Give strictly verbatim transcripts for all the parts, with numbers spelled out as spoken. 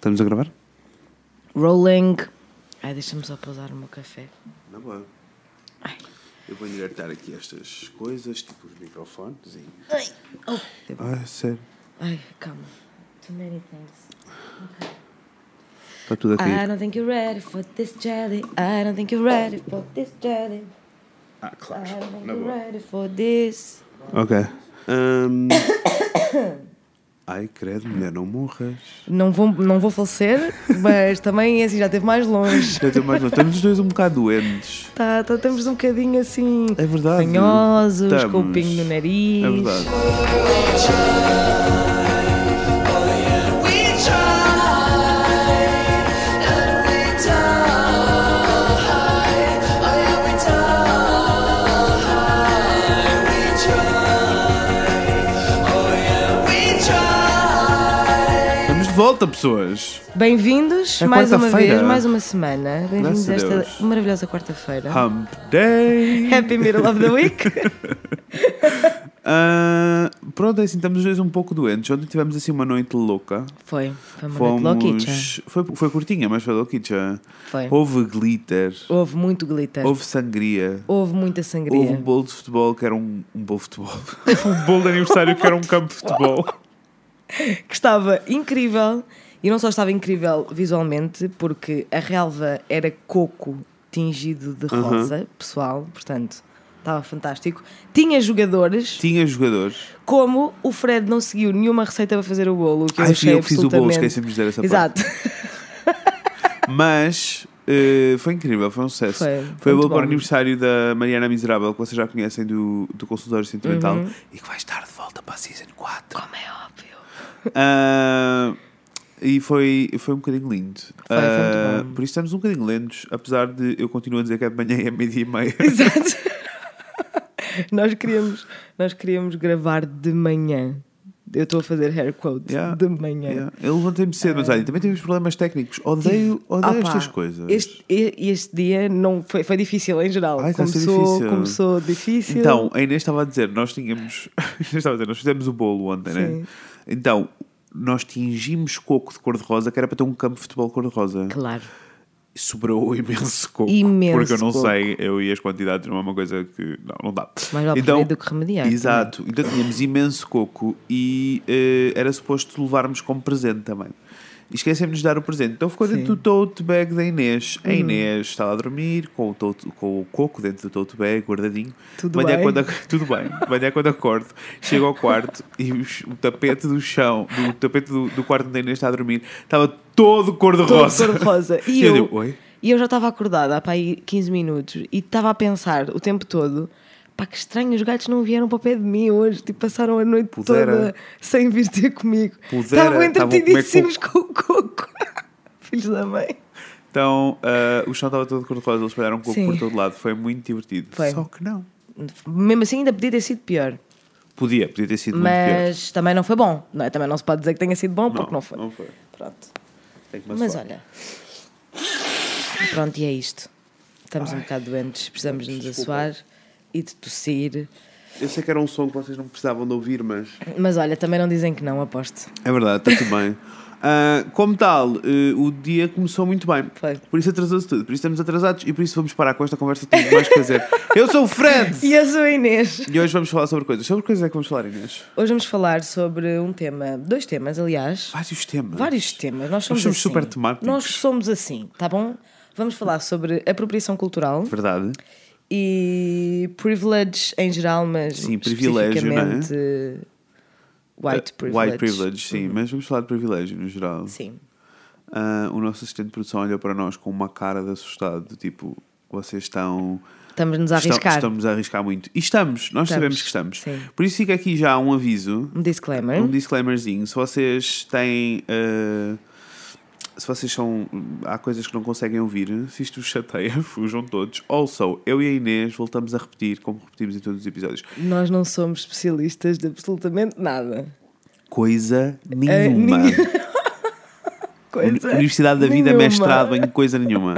Estamos a gravar? Rolling. Ai, deixa-me só pausar o meu café. Não vou. Ai. Eu vou endireitar aqui estas coisas, tipo os microfones e... Ai, oh. Ai, sério. Ai, calma. Too many things. Okay. Está tudo aqui. I don't think you're ready for this jelly. I don't think you're ready for this jelly. Ah, claro. I don't think Na you're boa. ready for this. Ok. Um... Ai, credo, mulher, não morras. Não vou, não vou falecer, mas também assim já esteve mais longe. Já estou mais longe. Estamos os dois um bocado doentes. Tá, tá, estamos um bocadinho assim. É verdade. Fanhosos, Estamos. com o pingo no nariz. É verdade. Volta, pessoas! Bem-vindos É mais uma quarta-feira. vez, mais uma semana. Bem-vindos a Graças a esta Deus. maravilhosa quarta-feira. Hump Day! Happy middle of the week! uh, pronto, é assim, estamos os dois um pouco doentes. Ontem tivemos assim uma noite louca. Foi, foi uma Fomos... noite louquicha. Foi, foi curtinha, mas foi louquicha. Foi. Houve glitter. Houve muito glitter. Houve sangria. Houve muita sangria. Houve um bolo de futebol que era um, um bolo de futebol. um bolo de aniversário que era um campo de futebol. Que estava incrível. E não só estava incrível visualmente, porque a relva era coco tingido de rosa, uh-huh. pessoal, portanto, estava fantástico. Tinha jogadores. Tinha jogadores. Como o Fred não seguiu nenhuma receita para fazer o bolo, que eu Ai, achei eu fiz absolutamente... o bolo, esqueci-me de dizer essa Exato. parte. Mas uh, foi incrível, foi um sucesso. Foi, foi o bolo bom. para o aniversário da Mariana Miserável, que vocês já conhecem do, do Consultório Sentimental, uhum. e que vai estar de volta para a Season quatro. Como é óbvio. Uh, e foi, foi um bocadinho lindo. Foi, foi muito uh, bom. por isso estamos um bocadinho lentos, apesar de eu continuo a dizer que é de manhã e é meio-dia e meia. Exato. nós, queríamos, nós queríamos gravar de manhã. Eu estou a fazer hair quote yeah, de manhã. Yeah. Eu levantei-me cedo, uh, mas olha, também tivemos problemas técnicos. Odeio, odeio opa, estas coisas. Este, este dia não foi, foi difícil em geral. Ai, começou, difícil. começou difícil. Então, a Inês estava a dizer, nós tínhamos. estava a dizer, nós fizemos o bolo ontem, Sim. né? Então, nós tingimos coco de cor-de-rosa, que era para ter um campo de futebol cor-de-rosa. Claro. Sobrou imenso coco. Imenso porque eu não coco. sei, eu e as quantidades não é uma coisa que. Não, não dá. Mais vale então, do que remediar. Exato. Também. Então tínhamos imenso coco e uh, era suposto levarmos como presente também. E esquecemos de dar o presente. Então ficou dentro Sim. do tote bag da Inês. A Inês hum. estava a dormir com o, tote, com o coco dentro do tote bag, guardadinho. Tudo Manhã bem. Quando, tudo bem. Manhã quando acordo, chego ao quarto e o, o tapete do chão, do tapete do, do quarto da Inês está a dormir, estava todo cor-de-rosa. Todo cor-de-rosa. E, e eu, eu, digo, Oi? e eu já estava acordada há para aí quinze minutos e estava a pensar o tempo todo... Pá, que estranho, os gatos não vieram para o pé de mim hoje. Tipo, passaram a noite Pudera. toda sem vir ter comigo. Pudera. Estavam entretidíssimos com o coco. Filhos da mãe. Então, uh, o chão estava todo cor-de-rosa. Eles espalharam coco Sim. por todo lado. Foi muito divertido. Foi. Só que não. Mesmo assim, ainda podia ter sido pior. Podia, podia ter sido Mas muito pior. Mas também não foi bom. Não é? Também não se pode dizer que tenha sido bom, porque não, não foi. Não foi. Pronto. Tem que Mas olha. Pronto, e é isto. Estamos Ai. um bocado doentes. Precisamos de nos assoar. E de tossir. Eu sei que era um som que vocês não precisavam de ouvir, mas... Mas olha, também não dizem que não, aposto. É verdade, está tudo bem. Uh, como tal, uh, o dia começou muito bem. Foi. Por isso atrasou-se tudo. Por isso estamos atrasados e por isso vamos parar com esta conversa. Temos mais que fazer. Eu sou o Fred! E eu sou a Inês. E hoje vamos falar sobre coisas. Sobre que coisas é que vamos falar, Inês? Hoje vamos falar sobre um tema, dois temas, aliás. Vários temas. Vários temas. Nós somos, Nós somos assim. super temáticos. Nós somos assim, tá bom? Vamos falar sobre apropriação cultural. Verdade. E privilege em geral, mas sim, privilégio, especificamente não é? white privilege. White privilege, sim, uhum. Mas vamos falar de privilégio no geral. Sim. Uh, o nosso assistente de produção olhou para nós com uma cara de assustado, tipo, vocês estão... Estamos-nos a arriscar. Estão, estamos a arriscar muito. E estamos, nós estamos, sabemos que estamos. Sim. Por isso fica aqui já um aviso. Um disclaimer. Um disclaimerzinho. Se vocês têm... Uh, se vocês são... Há coisas que não conseguem ouvir, se isto vos chateia, fujam todos. Also, eu e a Inês voltamos a repetir, como repetimos em todos os episódios. Nós não somos especialistas de absolutamente nada. Coisa nenhuma. Uh, nin... coisa Universidade da Vida, nenhuma. Mestrado em coisa nenhuma.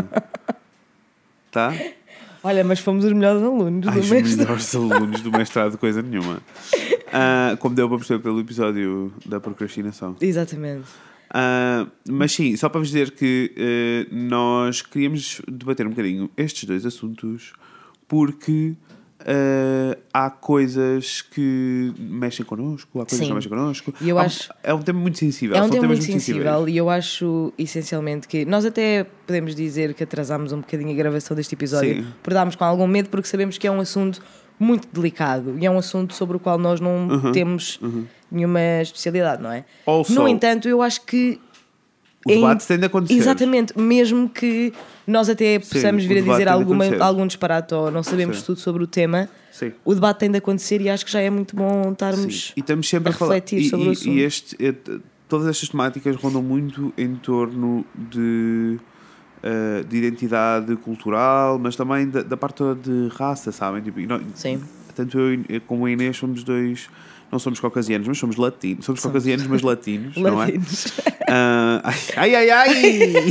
Tá? Olha, mas fomos os melhores alunos Ai, do os mestrado. Os melhores alunos do mestrado de coisa nenhuma. Uh, como deu para perceber pelo episódio da procrastinação. Exatamente. Uh, mas sim, só para vos dizer que uh, nós queríamos debater um bocadinho estes dois assuntos porque uh, há coisas que mexem connosco, há coisas sim. que não mexem connosco. E eu há, acho, é um tema muito sensível. É um São tema temas muito muito sensível sensíveis. E eu acho essencialmente que nós até podemos dizer que atrasámos um bocadinho a gravação deste episódio sim. por darmos com algum medo, porque sabemos que é um assunto muito delicado e é um assunto sobre o qual nós não uhum, temos uhum. nenhuma especialidade, não é? Also, no entanto, eu acho que o debate em... tem de acontecer. Exatamente, mesmo que nós até possamos Sim, vir a dizer alguma, de algum disparate ou não sabemos Sim. tudo sobre o tema, Sim. o debate tem de acontecer e acho que já é muito bom estarmos e estamos sempre a, a refletir falar... sobre e, o assunto. E este, todas estas temáticas rondam muito em torno de... Uh, de identidade cultural, mas também da, da parte de raça, sabem? Tipo, não, Sim. Tanto eu como a Inês somos dois, não somos caucasianos, mas somos latinos. Somos, somos. caucasianos, mas latinos, latinos. não é? Uh, ai, ai, ai!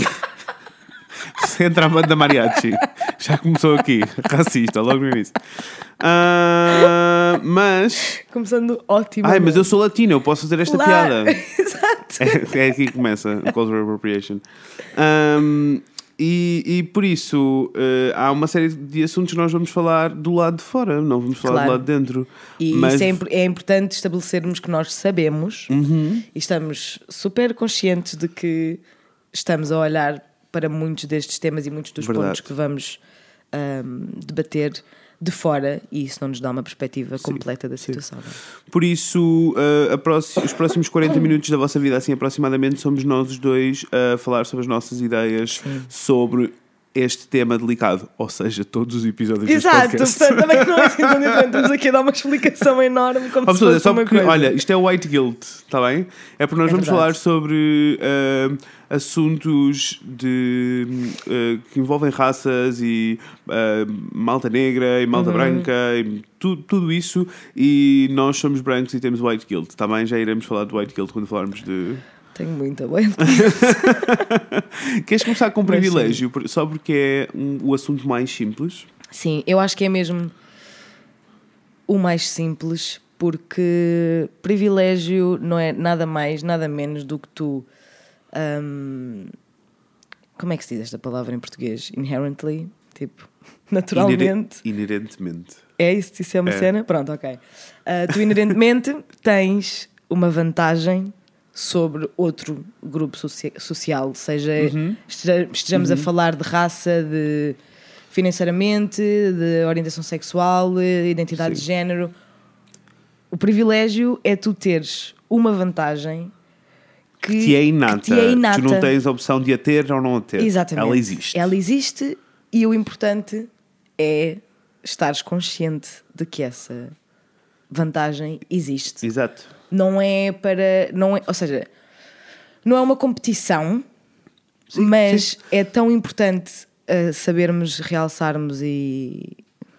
Se entra a banda mariachi. Já começou aqui, racista, logo no início. Uh, mas... Começando ótimo. Ai, mas eu sou latino, eu posso fazer esta Lá. piada. Exato. É, é aqui que começa a cultural appropriation. Um, E, e por isso uh, há uma série de assuntos que nós vamos falar do lado de fora, não vamos falar claro. do lado de dentro. E mas... isso é, é importante estabelecermos que nós sabemos uhum. e estamos super conscientes de que estamos a olhar para muitos destes temas e muitos dos Verdade. pontos que vamos um, debater de fora, e isso não nos dá uma perspectiva sim, completa da situação. Sim. Por isso, uh, próxima, os próximos quarenta minutos da vossa vida, assim aproximadamente, somos nós os dois a falar sobre as nossas ideias sim. sobre este tema delicado, ou seja, todos os episódios Exato, deste podcast. Exato, também não é assim tão diferente. Estamos aqui a dar uma explicação enorme como se fosse é só uma porque, coisa. Olha, isto é white guilt, está bem? É porque nós é vamos verdade. falar sobre uh, assuntos de, uh, que envolvem raças e uh, malta negra e malta uhum. branca e tu, tudo isso, e nós somos brancos e temos white guilt, está bem? Já iremos falar de white guilt quando falarmos de... Tenho muita boa. Queres começar com privilégio? Só porque é um, o assunto mais simples? Sim, eu acho que é mesmo o mais simples, porque privilégio não é nada mais, nada menos do que tu... Um, como é que se diz esta palavra em português? Inherently? Tipo, naturalmente. Inerentemente. É isso? Isso é uma é. cena? Pronto, ok. Uh, tu inerentemente tens uma vantagem sobre outro grupo socia- social, seja uhum. estejamos uhum. a falar de raça, de financeiramente, de orientação sexual, de identidade Sim. de género. O privilégio é tu teres uma vantagem que, que, te, é inata. que te é inata. Tu não tens a opção de a ter ou não a ter. Exatamente. Ela existe. Ela existe e o importante é estares consciente de que essa vantagem existe. Exato. Não é para... Não é, ou seja, não é uma competição, sim, mas sim. é tão importante uh, sabermos, realçarmos e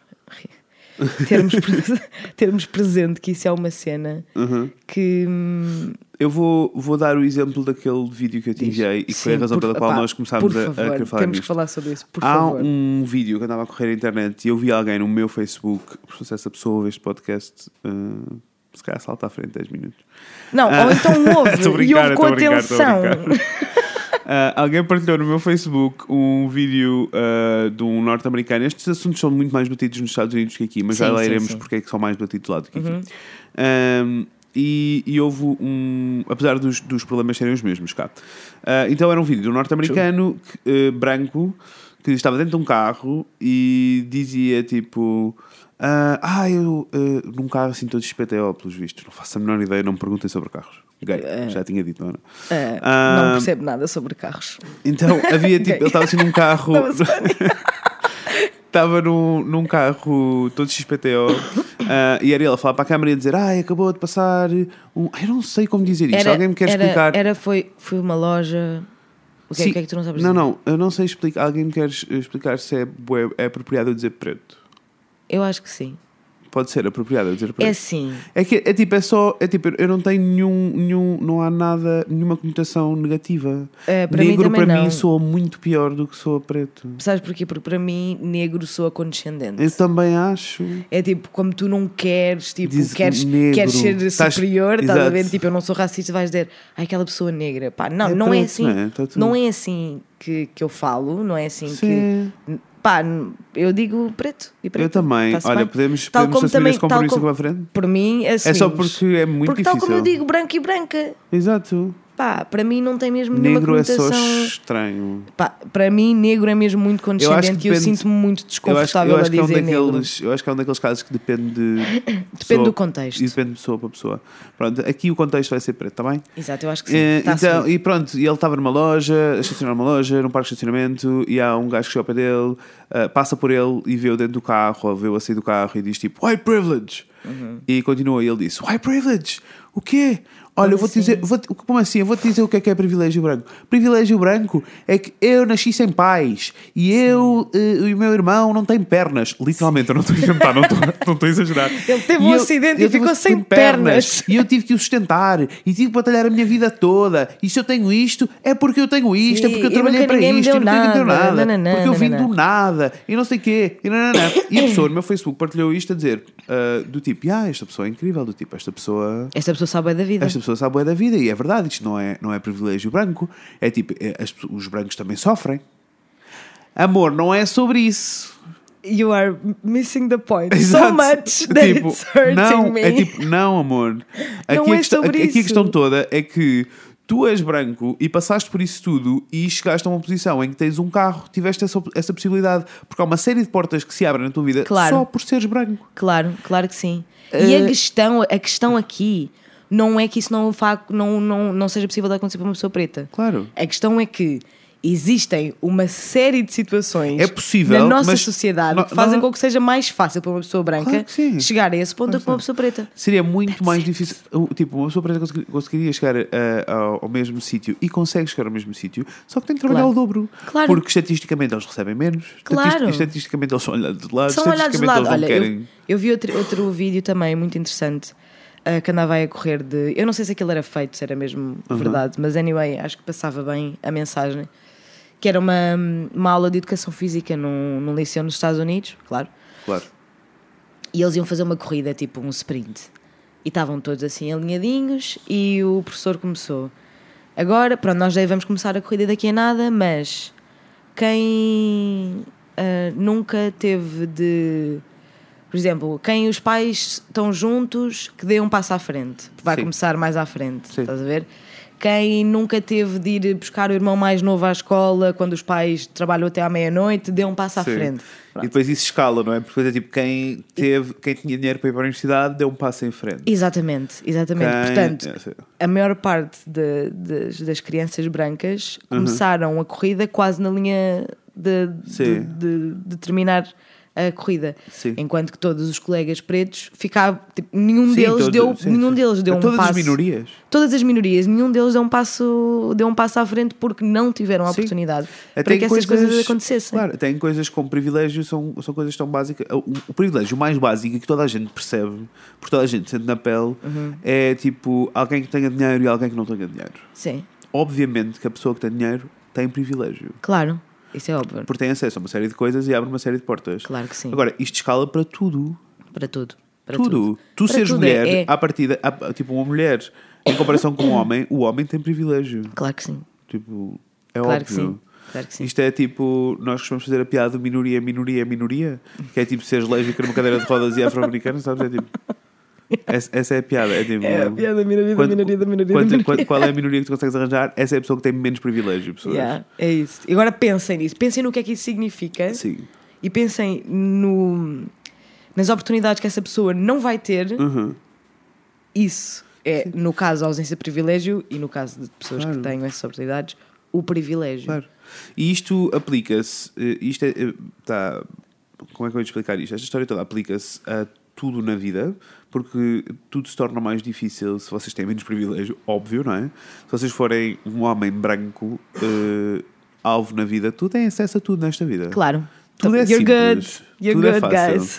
termos, termos presente que isso é uma cena uhum. que... Hum, eu vou, vou dar o exemplo daquele vídeo que eu te enviei e que foi a razão por, pela qual pá, nós começámos por a, favor, a querer falar temos nisto. que falar sobre isso, por Há favor. um vídeo que andava a correr na internet e eu vi alguém no meu Facebook, se essa pessoa ouve este podcast... Uh, se calhar salta à frente dez minutos. Não, uh, ou então ouve e ouve com atenção. Uh, alguém partilhou no meu Facebook um vídeo uh, de um norte-americano. Estes assuntos são muito mais batidos nos Estados Unidos que aqui, mas sim, já lá iremos porque é que são mais batidos lá do que aqui. Uhum. Um, e, e houve um... Apesar dos, dos problemas serem os mesmos cá. Uh, então era um vídeo de um norte-americano que, uh, branco que estava dentro de um carro e dizia tipo... Uh, ah, eu uh, num carro assim todo X P T O, pelos vistos. Não faço a menor ideia, não me perguntem sobre carros. Gay, uh, já tinha dito, não era? Uh, uh, não percebo nada sobre carros. Então havia tipo, ele estava assim num carro. Estava num, num carro todo X P T O uh, e era ele a falar para a câmara e a dizer: ai, acabou de passar um. Eu não sei como dizer isto. Era, alguém me quer era, explicar? Era, foi, foi uma loja. O que, é, o que é que tu não sabes não, dizer? Não, não, eu não sei explicar. Alguém me quer explicar se é, é apropriado eu dizer preto? Eu acho que sim. pode ser apropriado dizer preto. É sim. É que é tipo, é só, é tipo, eu não tenho nenhum, nenhum não há nada, nenhuma conotação negativa. Uh, para negro mim para não. mim soa muito pior do que soa preto. Sabes porquê? Porque para mim negro soa condescendente. Eu também acho. É tipo, como tu não queres, tipo, Diz queres, negro. queres ser Estás... superior, estás a Exato. ver? Tipo, eu não sou racista, vais dizer, ai, aquela pessoa negra. Pá, não, É não preto, é assim. não é? Tá tudo. Não é assim que, que eu falo, não é assim Sim. que. Pá, eu digo preto e preto. Eu também. Tá-se Olha, bem. podemos, Tal podemos como assumir também, esse compromisso tal como, aqui para a frente? por mim, É só porque é muito porque difícil. Tal como eu digo branco e branca. Exato. Pá, para mim não tem mesmo nenhuma Negro é conotação. só estranho. Pá, para mim, negro é mesmo muito condescendente e eu depende... sinto-me muito eu acho, desconfortável eu acho a que é um dizer daqueles, negro. Eu acho que é um daqueles casos que depende de Depende pessoa, do contexto. E depende de pessoa para pessoa. Pronto, aqui o contexto vai ser preto, está bem? Exato, eu acho que sim. É, Tá então, assumido. e pronto, e ele estava numa loja, a estacionar numa loja, num parque de estacionamento, e há um gajo que chega ao pé dele, uh, passa por ele e vê-o dentro do carro, ou vê-o a sair do carro e diz tipo, white privilege. Uhum. E continua, e ele disse, white privilege? O quê? Olha, eu vou-te assim? dizer, vou como assim? Eu vou-te dizer o que é que é privilégio branco. Privilégio branco é que eu nasci sem pais e eu uh, e o meu irmão não tem pernas. Literalmente, eu não estou a inventar, não estou, não estou a exagerar. Ele teve E um eu- acidente eu e ficou tive- sem sem pernas. E eu tive que o sustentar e tive que batalhar a minha vida toda. E se eu tenho isto, é porque eu tenho isto, Sim, é porque eu e trabalhei nunca para ninguém me isto, deu e nunca ninguém me deu nada. nada. Nananã, Porque eu vim nananã. do nada e não sei o quê. E, nananã. E a pessoa no meu Facebook partilhou isto a dizer uh, do tipo, ah, esta pessoa é incrível, do tipo, esta pessoa. Esta pessoa sabe bem da vida. Esta pessoa sabe bué da vida e é verdade, isto não é, não é privilégio branco. É tipo, é, as- os brancos também sofrem. Amor, não é sobre isso. You are missing the point so Exato. much that Tipo, it's hurting não, me. É tipo, não, amor. Aqui, Não a, é questão, sobre aqui a isso. questão toda é que tu és branco e passaste por isso tudo e chegaste a uma posição em que tens um carro, tiveste essa, essa possibilidade, porque há uma série de portas que se abrem na tua vida Claro. só por seres branco. Claro, claro que sim. E Eh, a questão, a questão aqui não é que isso não, fa- não, não, não seja possível de acontecer para uma pessoa preta. Claro. A questão é que existem uma série de situações É possível, na nossa mas sociedade não- que fazem não- com que seja mais fácil para uma pessoa branca Claro que sim. chegar a esse ponto do que para uma pessoa preta. Seria muito That's mais it. difícil. Tipo, uma pessoa preta consegui- conseguiria chegar uh, ao, ao mesmo sítio e consegue chegar ao mesmo sítio, só que tem que trabalhar Claro. o dobro. Claro. Porque estatisticamente eles recebem menos. Claro. Estatis- Estatisticamente eles são olhados de lado. São olhados de estatisticamente lado. eles Olha, não eu, querem. eu vi outro, outro vídeo também muito interessante uh, que andava aí a correr de. Eu não sei se aquilo era feito, se era mesmo verdade, mas anyway, acho que passava bem a mensagem. Que era uma, uma aula de educação física num, num liceu nos Estados Unidos, claro. Claro. E eles iam fazer uma corrida, tipo um sprint. E estavam todos assim alinhadinhos e o professor começou. Agora, pronto, nós já vamos começar a corrida daqui a nada, mas quem ah, nunca teve de... Por exemplo, quem os pais estão juntos, que dê um passo à frente. Vai Sim. começar mais à frente, Sim. estás a ver? Quem nunca teve de ir buscar o irmão mais novo à escola quando os pais trabalham até à meia-noite, dê um passo à Sim. frente. E Pronto. depois isso escala, não é? Porque é tipo, quem, teve, quem tinha dinheiro para ir para a universidade deu um passo em frente. Exatamente, exatamente. Quem- Portanto, é, sim. a maior parte de- das, das crianças brancas Uhum. começaram a corrida quase na linha de, de, Sim. de- de terminar a corrida. Sim. Enquanto que todos os colegas pretos ficavam, tipo, nenhum Sim, deles todo- deu, sim, nenhum sim. deles deu A um todas passo. as minorias. Todas as minorias, nenhum deles deu um passo, deu um passo à frente porque não tiveram a Sim. oportunidade Até para em que essas coisas, acontecessem. Claro, até em coisas como privilégio são, são coisas tão básicas. O, o privilégio mais básico que toda a gente percebe, porque toda a gente sente na pele, Uhum. é tipo alguém que tenha dinheiro e alguém que não tenha dinheiro. Sim, Obviamente que a pessoa que tem dinheiro tem privilégio, claro, isso é óbvio. porque tem acesso a uma série de coisas e abre uma série de portas. Claro que sim. Agora, isto escala para tudo. Para tudo. Para tudo. Tu Para seres tudo, mulher, é- é- à partida, à- tipo uma mulher, em comparação com um homem, o homem tem privilégio. Claro que sim. Tipo, é Claro que óbvio. sim. Claro que sim. Isto é tipo, nós costumamos fazer a piada de minoria, minoria, minoria, que é tipo seres lésbica numa cadeira de rodas e afro-americana, sabes? É tipo. Essa, essa é a piada. É, tipo, É a piada, minoria da quando- minoria da minoria da quando- minoria. quando- Qual é a minoria que tu consegues arranjar? Essa é a pessoa que tem menos privilégio, pessoas. Yeah, é isso. E agora pensem nisso. Pensem no que é que isso significa Sim. e pensem no, nas oportunidades que essa pessoa não vai ter. Uhum. Isso é, no caso, a ausência de privilégio e no caso de pessoas Claro. que tenham essas oportunidades, o privilégio. Claro. E isto aplica-se. eh, Isto é. eh, Tá, como é que eu vou te explicar isto? Esta história toda aplica-se a tudo na vida, porque tudo se torna mais difícil se vocês têm menos privilégio, óbvio, não é? Se vocês forem um homem branco, eh, alvo na vida, tu tens acesso a tudo nesta vida. Claro. Tudo é You're simples. good. You're Tudo é good, fácil. guys.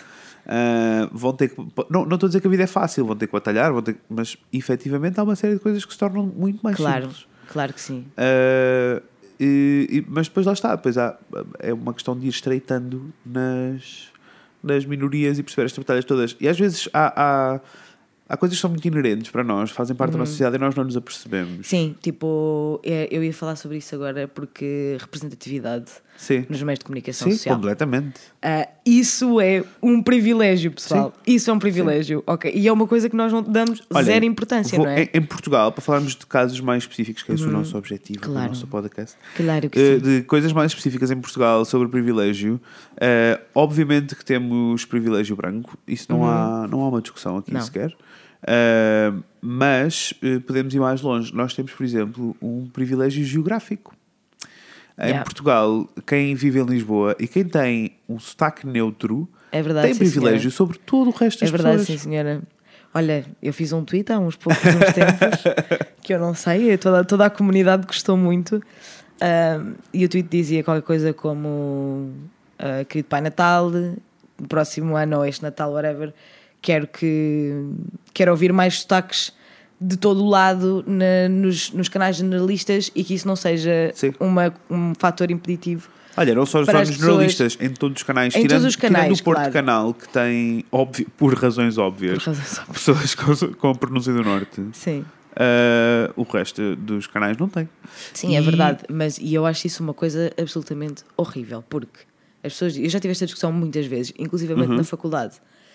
Uh, vão ter que, não, não estou a dizer que a vida é fácil, vão ter que batalhar, vão ter que, mas efetivamente há uma série de coisas que se tornam muito mais claro, simples. Claro que sim. Uh, e, e, mas depois lá está, depois há, é uma questão de ir estreitando nas, nas minorias e perceber estas batalhas todas. E às vezes há, há, há coisas que são muito inerentes para nós, fazem parte uhum. da nossa sociedade e nós não nos apercebemos. Sim, tipo, eu ia falar sobre isso agora porque representatividade Sim. nos meios de comunicação Sim, social. Sim, completamente. Uh, isso é um privilégio, pessoal. Sim. Isso é um privilégio, Sim. ok? E é uma coisa que nós não damos Olha, zero importância, vou, não é? Em, em Portugal, para falarmos de casos mais específicos, que é esse uhum. o nosso objetivo claro. do nosso podcast. Claro que uh, sim. De coisas mais específicas em Portugal sobre privilégio, uh, obviamente que temos privilégio branco, isso não, uhum. há, não há uma discussão aqui não. sequer. Uh, mas uh, podemos ir mais longe. Nós temos, por exemplo, um privilégio geográfico. Yeah. Em Portugal, quem vive em Lisboa e quem tem um sotaque neutro é verdade, tem sim, privilégio senhora. sobre todo o resto das pessoas. É verdade, pessoas. sim, senhora. Olha, eu fiz um tweet há uns poucos uns tempos que eu não sei, toda, toda a comunidade gostou muito. Uh, e o tweet dizia qualquer coisa como uh, querido Pai Natal, no próximo ano ou este Natal, whatever, quero que quero ouvir mais sotaques de todo o lado na, nos, nos canais generalistas e que isso não seja uma, um fator impeditivo. Olha, não só, só nos generalistas, em todos os canais, em tirando, todos os canais, tirando o Porto claro. Canal, que tem, óbvio, por razões óbvias, por razões óbvias. pessoas com, com a pronúncia do Norte. Sim. Uh, o resto dos canais não tem. Sim, e... é verdade, mas e eu acho isso uma coisa absolutamente horrível, porque as pessoas, eu já tive esta discussão muitas vezes, inclusivamente uhum. na faculdade,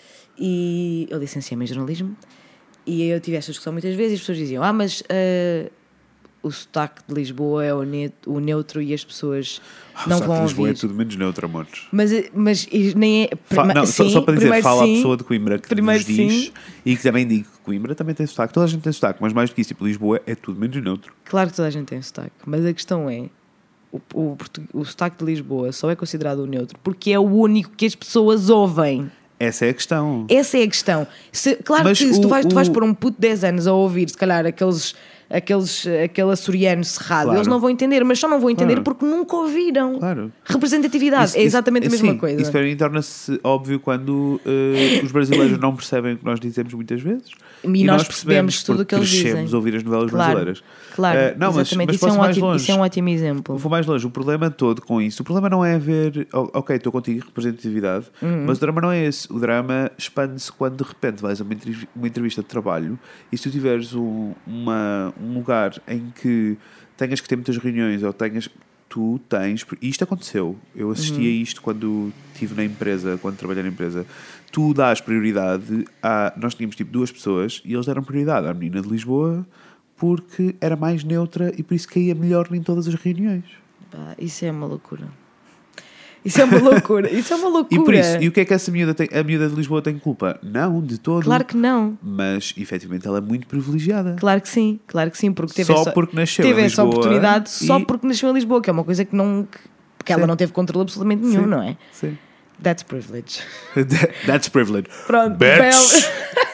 e eu licenciei-me em jornalismo, e eu tive esta discussão muitas vezes e as pessoas diziam, ah, mas uh, o sotaque de Lisboa é o, ne- o neutro e as pessoas oh, não vão ouvir. O sotaque de Lisboa é tudo menos neutro, amores. Mas, mas nem é... Fa- prima- não, sim, só, só para dizer, fala sim, a pessoa de Coimbra que nos diz sim. e que também digo que Coimbra também tem sotaque. Toda a gente tem sotaque, mas mais do que isso, tipo, Lisboa é tudo menos neutro. Claro que toda a gente tem sotaque, mas a questão é o, o, o sotaque de Lisboa só é considerado o neutro porque é o único que as pessoas ouvem. Essa é a questão. Essa é a questão. Se, claro Mas que o, se tu vais, o... tu vais pôr um puto de dez anos a ouvir, se calhar, aqueles, aqueles, aquele açoriano cerrado, claro. Eles não vão entender, mas só não vão entender claro. Porque nunca ouviram. Claro. Representatividade isso, é exatamente isso, a mesma sim, coisa. Isso para mim torna-se óbvio quando uh, os brasileiros não percebem o que nós dizemos muitas vezes. E, e nós percebemos, percebemos tudo o que eles dizem. Crescemos a ouvir as novelas claro. brasileiras. Claro, uh, não, exatamente. Mas, mas isso, é um ótimo, longe. isso é um ótimo exemplo. Vou mais longe. O problema todo com isso, o problema não é ver, ok, estou contigo, representatividade, uhum. mas o drama não é esse. O drama expande-se quando de repente vais a uma entrevista, uma entrevista de trabalho e se tu tiveres um, uma, um lugar em que tenhas que ter muitas reuniões ou tenhas... Tu tens... E isto aconteceu. Eu assisti uhum. a isto quando estive na empresa, quando trabalhei na empresa. Tu dás prioridade a... Nós tínhamos tipo duas pessoas e eles deram prioridade à menina de Lisboa porque era mais neutra e por isso caía melhor em todas as reuniões. Bah, isso é uma loucura. Isso é uma loucura. Isso é uma loucura. E por isso, e o que é que essa miúda tem? A miúda de Lisboa tem culpa? Não, de todo. Claro que não. Mas, efetivamente, ela é muito privilegiada. Claro que sim, claro que sim. Porque teve só essa, porque nasceu teve em essa Lisboa oportunidade e... só porque nasceu em Lisboa, que é uma coisa que não... Que ela não teve controle absolutamente nenhum, sim. não é? Sim. That's privilege. That's privilege. Pronto. Bitch.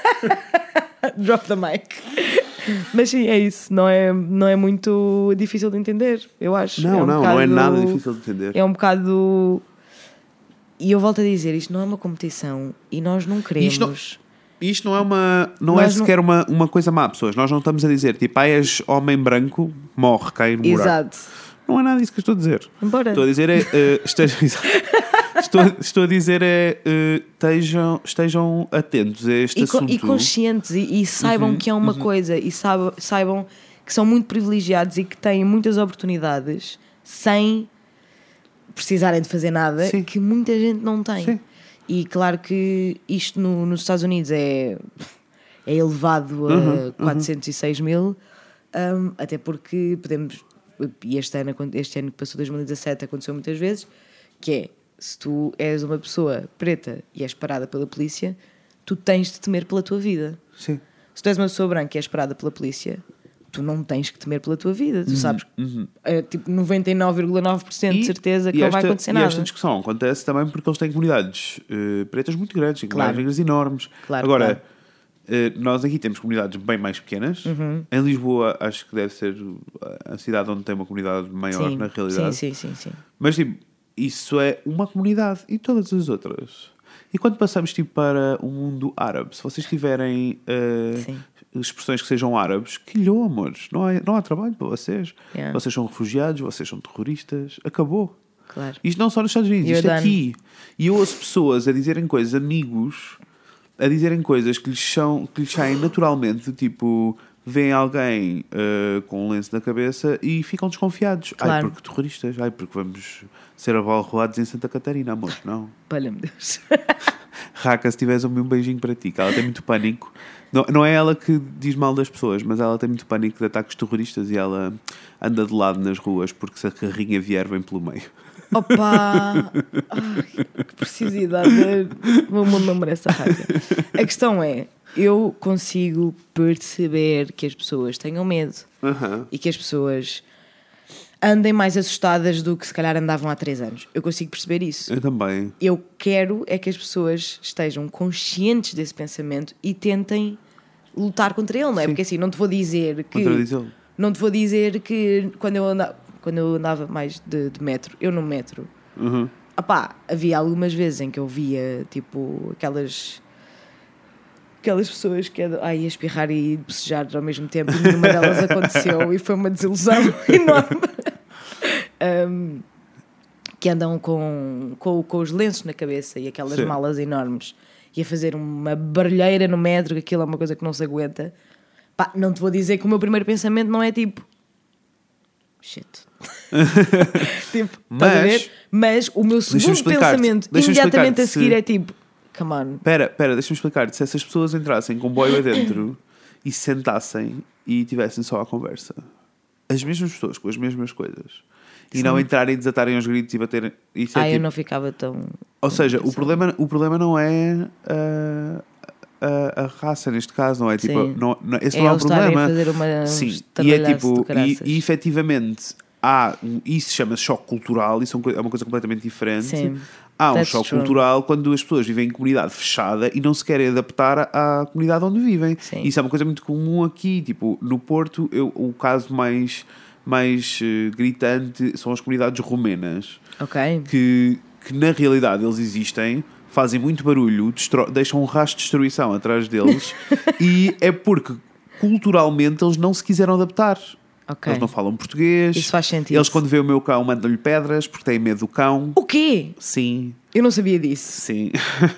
Drop the mic. Mas sim, é isso. Não é, não é muito difícil de entender, eu acho. Não, é um não, bocado, não é nada difícil de entender. É um bocado... E eu volto a dizer, isto não é uma competição e nós não queremos... Isto não, isto não é, uma, não é sequer não... uma, uma coisa má, pessoas. Nós não estamos a dizer, tipo, ah, és homem branco, morre, cai no buraco. Exato. Não é nada disso que eu estou a dizer. Embora. Estou a dizer é... Uh, esteja, estou, estou a dizer é... Uh, estejam, estejam atentos a este e, assunto. E conscientes e, e saibam uhum, que é uma uhum. coisa e saibam, saibam que são muito privilegiados e que têm muitas oportunidades sem... precisarem de fazer nada, sim. que muita gente não tem. Sim. E claro que isto no, nos Estados Unidos é, é elevado a uhum, quatrocentos e seis uhum. mil, um, até porque podemos, e este ano, este ano que passou, dois mil e dezassete, aconteceu muitas vezes, que é, se tu és uma pessoa preta e és parada pela polícia, tu tens de temer pela tua vida. Sim. Se tu és uma pessoa branca e és parada pela polícia, tu não tens que temer pela tua vida. Tu uhum, sabes uhum. é, tipo noventa e nove vírgula nove por cento de certeza que esta, não vai acontecer e nada. E esta discussão acontece também porque eles têm comunidades uh, pretas muito grandes, comunidades claro. negras enormes. Claro, Agora, claro. uh, nós aqui temos comunidades bem mais pequenas. Uhum. Em Lisboa, acho que deve ser a cidade onde tem uma comunidade maior, sim, na realidade. Sim, sim, sim, sim. Mas, tipo, isso é uma comunidade e todas as outras E quando passamos tipo, para o mundo árabe, se vocês tiverem uh, expressões que sejam árabes, quilhou, amores. Não há, não há trabalho para vocês. Yeah. Vocês são refugiados, vocês são terroristas. Acabou. Claro. Isto não só nos Estados Unidos, You're isto done. aqui. E eu ouço pessoas a dizerem coisas, amigos, a dizerem coisas que lhes, são, que lhes saem naturalmente, tipo, veem alguém uh, com um lenço na cabeça e ficam desconfiados. Claro. Ai, porque terroristas, ai, porque vamos ser abalroados em Santa Catarina, amor. Não. Palha-me Deus. Raca, se tiveres um beijinho para ti, que ela tem muito pânico. Não, não é ela que diz mal das pessoas, mas ela tem muito pânico de ataques terroristas e ela anda de lado nas ruas porque se a carrinha vier, vem pelo meio. Opa! Ai, que precisidade. O meu mundo não merece a raiva. A questão é, eu consigo perceber que as pessoas tenham medo Uhum. e que as pessoas andem mais assustadas do que se calhar andavam há três anos. Eu consigo perceber isso. Eu também. Eu quero é que as pessoas estejam conscientes desse pensamento e tentem lutar contra ele, não é? Sim. Porque assim, não te vou dizer que... Contradizê-lo. Não te vou dizer que quando eu andava... Quando eu andava mais de, de metro, eu no metro, Uhum. opá, havia algumas vezes em que eu via tipo aquelas aquelas pessoas que ai, ia espirrar e bocejar ao mesmo tempo, e nenhuma delas aconteceu e foi uma desilusão enorme. um, que andam com, com, com os lenços na cabeça e aquelas Sim. malas enormes e a fazer uma barulheira no metro, que aquilo é uma coisa que não se aguenta. Pá, não te vou dizer que o meu primeiro pensamento não é tipo shit. Tipo, Mas- estás a ver? Mas o meu Deixa-me segundo explicar-te. pensamento Deixa-me imediatamente a explicar-te seguir se- é tipo, come on. Pera, pera, deixa-me explicar-te. Se essas pessoas entrassem com boio adentro e se sentassem e tivessem só a conversa, as mesmas pessoas com as mesmas coisas, e Sim. não entrarem e desatarem os gritos e baterem. Isso é Ah, eu tipo- não ficava tão... Ou seja, o Pensava. problema, o problema não é uh, a, a raça, neste caso, não é tipo. Sim. Não, não, esse É não é o eles estarem problema. a fazer uma, Sim, uns e é estardalhaços tipo, do e, caraças. e efetivamente há, um- isso chama-se choque cultural, isso é uma coisa- é uma coisa completamente diferente. Sim. Há um That's choque true. cultural quando as pessoas vivem em comunidade fechada e não se querem adaptar à, à comunidade onde vivem. Sim. Isso é uma coisa muito comum aqui. Tipo, no Porto, eu, o caso mais, mais eh, gritante são as comunidades romenas, Ok. que, que na realidade eles existem, fazem muito barulho, destro- deixam um rastro de destruição atrás deles e é porque culturalmente eles não se quiseram adaptar. Ok. Eles não falam português. Isso faz sentido. Eles, quando vêem o meu cão, mandam-lhe pedras porque têm medo do cão. O quê? Sim, Eu não sabia disso. sim.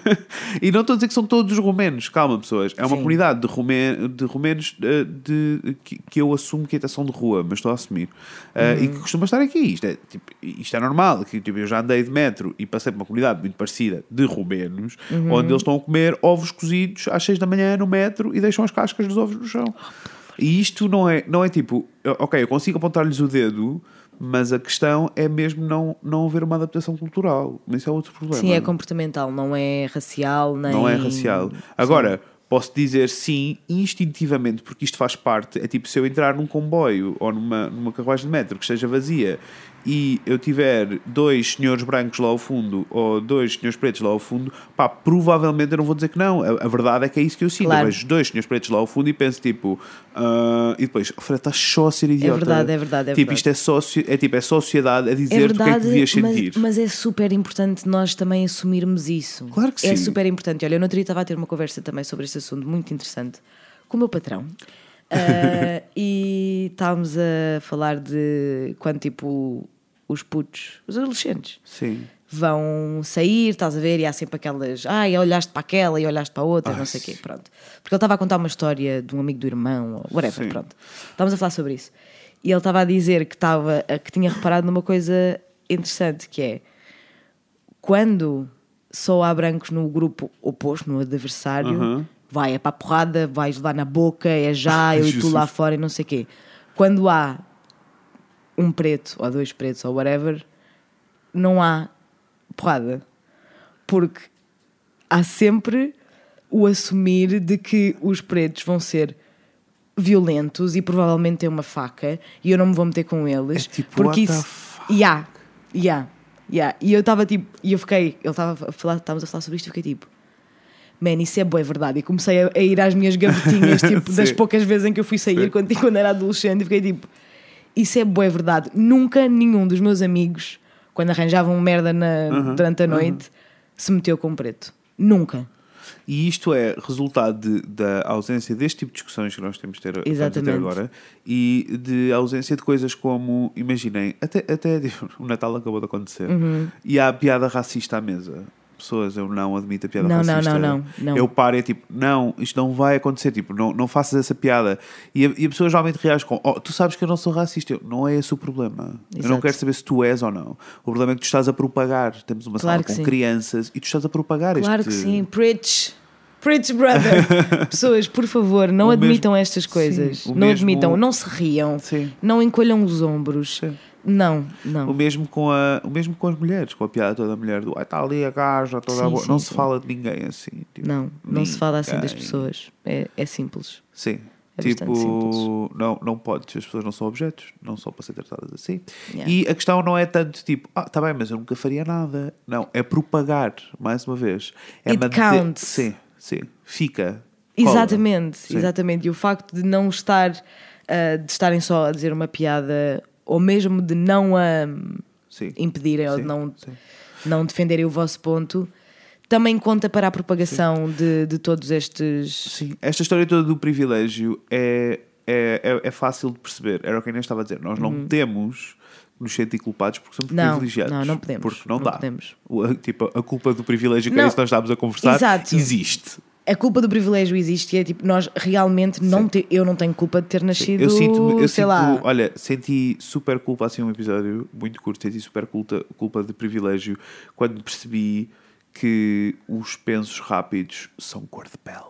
E não estou a dizer que são todos romenos. Calma, pessoas. É uma Sim. comunidade de, rumen, de romenos eh, de, que, que eu assumo que até são de rua, mas estou a assumir. Eh, Uhum. E que costuma estar aqui. Isto é, tipo, isto é normal. Que, tipo, eu já andei de metro e passei por uma comunidade muito parecida de romenos, Uhum. onde eles estão a comer ovos cozidos às seis da manhã no metro e deixam as cascas dos ovos no chão. E isto não é, não é tipo, ok, eu consigo apontar-lhes o dedo, mas a questão é mesmo não, não haver uma adaptação cultural. Isso é outro problema. Sim, é comportamental, não é racial, nem... Não é racial. Agora, posso dizer sim, instintivamente, porque isto faz parte. É tipo, se eu entrar num comboio ou numa, numa carruagem de metro que esteja vazia e eu tiver dois senhores brancos lá ao fundo ou dois senhores pretos lá ao fundo, pá, provavelmente eu não vou dizer que não. A, a verdade é que é isso que eu sinto. Claro. Eu vejo dois senhores pretos lá ao fundo e penso tipo, ah, e depois, oh, Fred, estás só a ser idiota. É verdade, é verdade, é tipo, verdade. isto é, soci... é tipo, é sociedade a É dizer-te o que é que verdade, devias mas, sentir. mas é super importante nós também assumirmos isso. Claro que É sim. super importante. Olha, eu no outro dia estava a ter uma conversa também sobre este assunto muito interessante com o meu patrão. Ah, e estávamos a falar de quando tipo os putos, os adolescentes Sim. vão sair, estás a ver, e há sempre aquelas, ai, olhaste para aquela e olhaste para a outra, Ai, não sei o quê, pronto. Porque ele estava a contar uma história de um amigo do irmão, ou whatever, Sim. pronto. Estávamos a falar sobre isso. E ele estava a dizer que, estava, que tinha reparado numa coisa interessante, que é, quando só há brancos no grupo oposto, no adversário, Uhum. vai, é para a porrada, vais levar na boca, é já, eu e tu Jesus. lá fora e não sei o quê. Quando há um preto, ou dois pretos, ou whatever, não há porrada. Porque há sempre o assumir de que os pretos vão ser violentos e provavelmente têm uma faca e eu não me vou meter com eles. É tipo, porque what the isso... fuck? Yeah, yeah, yeah. E eu estava tipo... E eu fiquei... Ele estava a falar... Estávamos a falar sobre isto e eu fiquei tipo... Man, isso é boa, é verdade. E comecei a, a ir às minhas gavetinhas, tipo, das Sim. poucas vezes em que eu fui sair Sim. quando, quando era adolescente, e fiquei tipo, isso é boa, é verdade. Nunca nenhum dos meus amigos, quando arranjavam merda na, Uhum, durante a noite, se meteu com um preto. Nunca. E isto é resultado de, da ausência deste tipo de discussões que nós temos de ter, a ter agora e de ausência de coisas como, imaginem, até, até o Natal acabou de acontecer uhum. e há a piada racista à mesa. Pessoas, eu não admito a piada não, racista. Não, não, não, não. Eu paro e é tipo, não, isto não vai acontecer, tipo, não, não faças essa piada. E a, e a pessoa geralmente reage com, oh, tu sabes que eu não sou racista. Eu, não é esse o problema. Exato. Eu não quero saber se tu és ou não. O problema é que tu estás a propagar. Temos uma claro sala com sim. crianças e tu estás a propagar claro este... Claro que sim, preach. Preach, brother. Pessoas, por favor, não o admitam mesmo... estas coisas. Sim, não mesmo... admitam, não se riam, sim. Não encolham os ombros. Sim. Não, não. O mesmo, com a, o mesmo com as mulheres, com a piada toda a mulher do, ah, está ali a gaja, toda sim, a boa. Não sim, se sim. fala de ninguém assim. Tipo, não, não ninguém. se fala assim das pessoas. É, é simples. Sim. É tipo, simples. Não, não podes, as pessoas não são objetos, não são para ser tratadas assim. Yeah. E a questão não é tanto tipo, ah, está bem, mas eu nunca faria nada. Não, é propagar, mais uma vez. É It manter... counts. Sim, sim. Fica. Exatamente, sim. exatamente. E o facto de não estar, uh, de estarem só a dizer uma piada, ou mesmo de não a sim. impedirem sim. ou de não, não defenderem o vosso ponto, também conta para a propagação de, de todos estes... Sim, esta história toda do privilégio é, é, é, é fácil de perceber. Era o que a Inês estava a dizer. Nós não uhum. temos nos sentir culpados porque somos não, privilegiados. Não, não podemos. Porque não, não dá. Podemos. O, tipo, a culpa do privilégio, que não. é isso que nós estávamos a conversar, Exato. existe. A culpa do privilégio existe e é tipo, nós realmente não te, eu não tenho culpa de ter nascido, eu sinto, eu sei sinto, lá. Olha, senti super culpa, assim um episódio muito curto, senti super culpa, culpa de privilégio quando percebi que os pensos rápidos são cor de pele.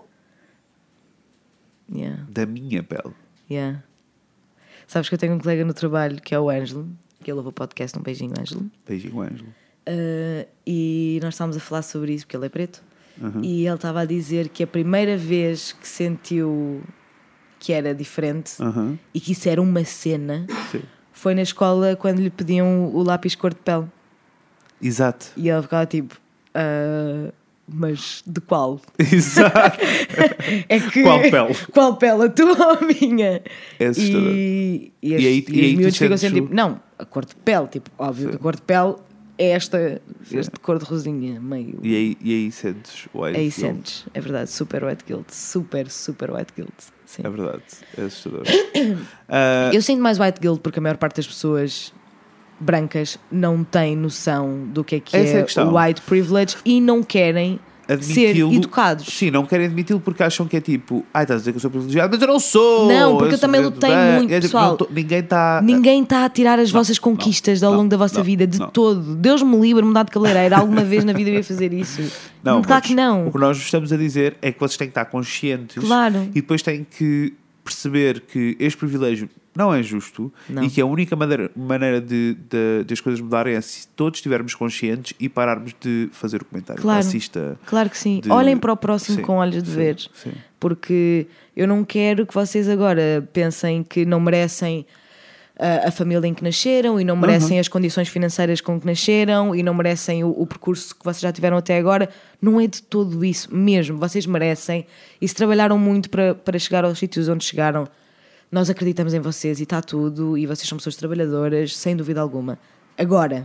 Yeah. Da minha pele. Yeah. Sabes que eu tenho um colega no trabalho que é o Ângelo, que ele ouve o podcast, um beijinho Ângelo. Beijinho Ângelo. Uh, e nós estávamos a falar sobre isso porque ele é preto. Uhum. E ele estava a dizer que a primeira vez que sentiu que era diferente uhum. e que isso era uma cena Sim. foi na escola quando lhe pediam o lápis cor de pele. Exato. E ele ficava tipo, uh, mas de qual? Exato. É que, qual pele? Qual pele? A tua ou a minha? É assustador. E, e, as, e aí, e e os miúdos ficam sempre tipo, não, a cor de pele, tipo, óbvio Sim. que a cor de pele é esta, este cor de rosinha, meio... E aí, e aí sentes white aí guilt. Sentes, é verdade, super white guilt, super, super white guilt. Sim. É verdade, é assustador. uh... Eu sinto mais white guilt porque a maior parte das pessoas brancas não têm noção do que é que Essa é, é o white privilege e não querem ser educados. Sim, não querem admiti-lo porque acham que é tipo, ai, estás a dizer que eu sou privilegiado, mas eu não sou. Não, porque eu, eu também lutei bem. muito, é, pessoal. Tô, ninguém está ninguém está a tirar as não, vossas conquistas não, ao longo não, da vossa não, vida, de não. todo. Deus me livre, mudar de cabeleireira. Alguma vez na vida eu ia fazer isso. Não, claro que não. O que nós estamos a dizer é que vocês têm que estar conscientes claro. e depois têm que perceber que este privilégio não é justo não. e que a única maneira, maneira de, de, de as coisas mudarem é se todos estivermos conscientes e pararmos de fazer o comentário claro, racista. Claro que sim. De... Olhem para o próximo sim, com olhos de sim, ver. Sim. Porque eu não quero que vocês agora pensem que não merecem a, a família em que nasceram e não merecem uhum. as condições financeiras com que nasceram e não merecem o, o percurso que vocês já tiveram até agora. Não é de todo isso mesmo. Vocês merecem e se trabalharam muito para, para chegar aos sítios onde chegaram. Nós acreditamos em vocês e está tudo, e vocês são pessoas trabalhadoras, sem dúvida alguma. Agora,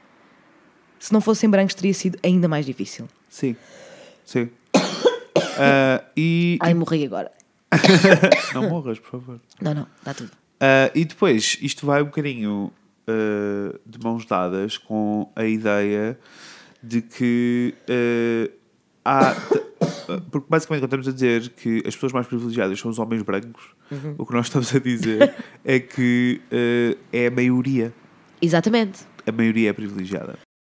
se não fossem brancos, teria sido ainda mais difícil. Sim, sim. uh, e... Ai, morri agora. Não morras, por favor. Não, não, está tudo. Uh, e depois, isto vai um bocadinho uh, de mãos dadas com a ideia de que uh, há... Porque basicamente quando estamos a dizer que as pessoas mais privilegiadas são os homens brancos, uhum. o que nós estamos a dizer é que uh, é a maioria. Exatamente. A maioria é privilegiada.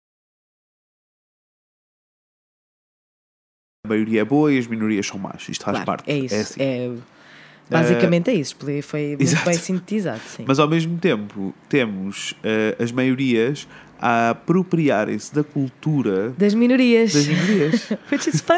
A maioria é boa e as minorias são más. Isto faz claro, parte. É isso. É assim. É, basicamente uh, é isso. Foi muito exato. bem sintetizado. Sim. Mas ao mesmo tempo temos uh, as maiorias a apropriarem-se da cultura das minorias. Das minorias. Which is fun!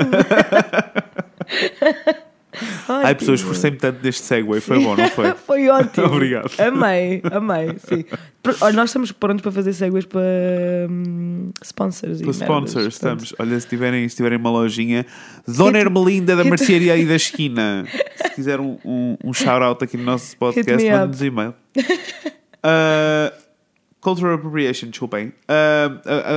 Ai, pessoas, esforcei-me tanto neste segue, foi bom, não foi? Foi ótimo. Obrigado. Amei, amei, sim. Olha, nós estamos prontos para fazer segues para hum, sponsors. Para sponsors, estamos. Olha, se tiverem, se tiverem uma lojinha, Dona Ermelinda da Mercearia aí da esquina. Se quiser um, um, um shout-out aqui no nosso podcast, mande-nos e-mail. Uh, Cultural appropriation, desculpem. Uh, uh, uh,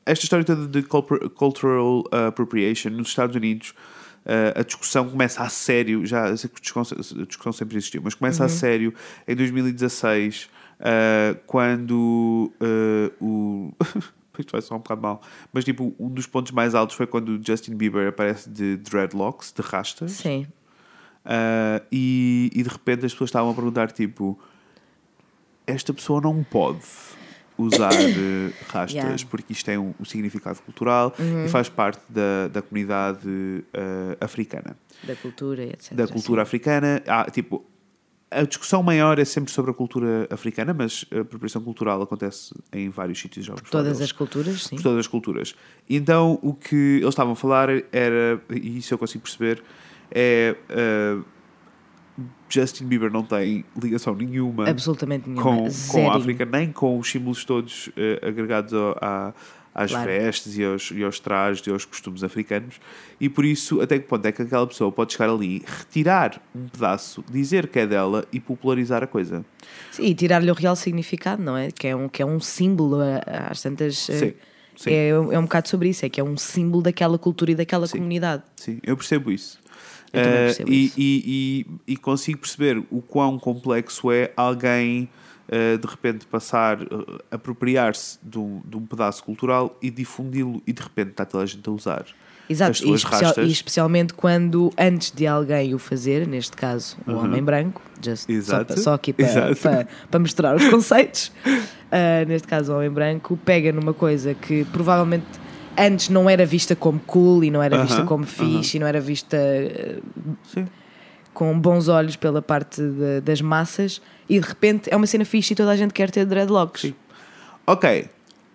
esta história toda de cultural uh, appropriation nos Estados Unidos, uh, a discussão começa a sério, já a discussão, a discussão sempre existiu, mas começa uhum. a sério em dois mil e dezasseis, uh, quando uh, o... Isto vai só um bocado mal, mas tipo, um dos pontos mais altos foi quando o Justin Bieber aparece de dreadlocks, de rastas. Sim. Uh, e, e de repente as pessoas estavam a perguntar, tipo, esta pessoa não pode usar uh, rastas yeah. porque isto tem um, um significado cultural uhum. e faz parte da, da comunidade uh, africana. Da cultura, etcétera. Da cultura sim. africana. Ah, tipo, a discussão maior é sempre sobre a cultura africana, mas a apropriação cultural acontece em vários sítios. Por todas as culturas, sim. Por todas as culturas. Então, o que eles estavam a falar era, e isso eu consigo perceber, é... Uh, Justin Bieber não tem ligação nenhuma, absolutamente nenhuma, com, com a África, nem com os símbolos todos uh, agregados a, às claro. vestes e aos, e aos trajes e aos costumes africanos, e por isso até que ponto é que aquela pessoa pode chegar ali, retirar um pedaço, dizer que é dela e popularizar a coisa. Sim, e tirar-lhe o real significado, não é? Que é um, que é um símbolo, às tantas... Sim. Sim. É, é um bocado sobre isso, é que é um símbolo daquela cultura e daquela sim. comunidade. Sim, eu percebo isso. Eu também percebo uh, e, isso. E, e, e consigo perceber o quão complexo é alguém uh, de repente passar, uh, apropriar-se de um, de um pedaço cultural e difundi-lo e de repente está toda a gente a usar. Exato, as suas e, especial, rastas. E especialmente quando antes de alguém o fazer, neste caso o uhum. homem branco, just, Exato. Só, só aqui para, para, para mostrar os conceitos, uh, neste caso o homem branco pega numa coisa que provavelmente antes não era vista como cool e não era uh-huh, vista como fixe uh-huh. e não era vista uh, com bons olhos pela parte de, das massas, e de repente é uma cena fixe e toda a gente quer ter dreadlocks. Sim. Ok.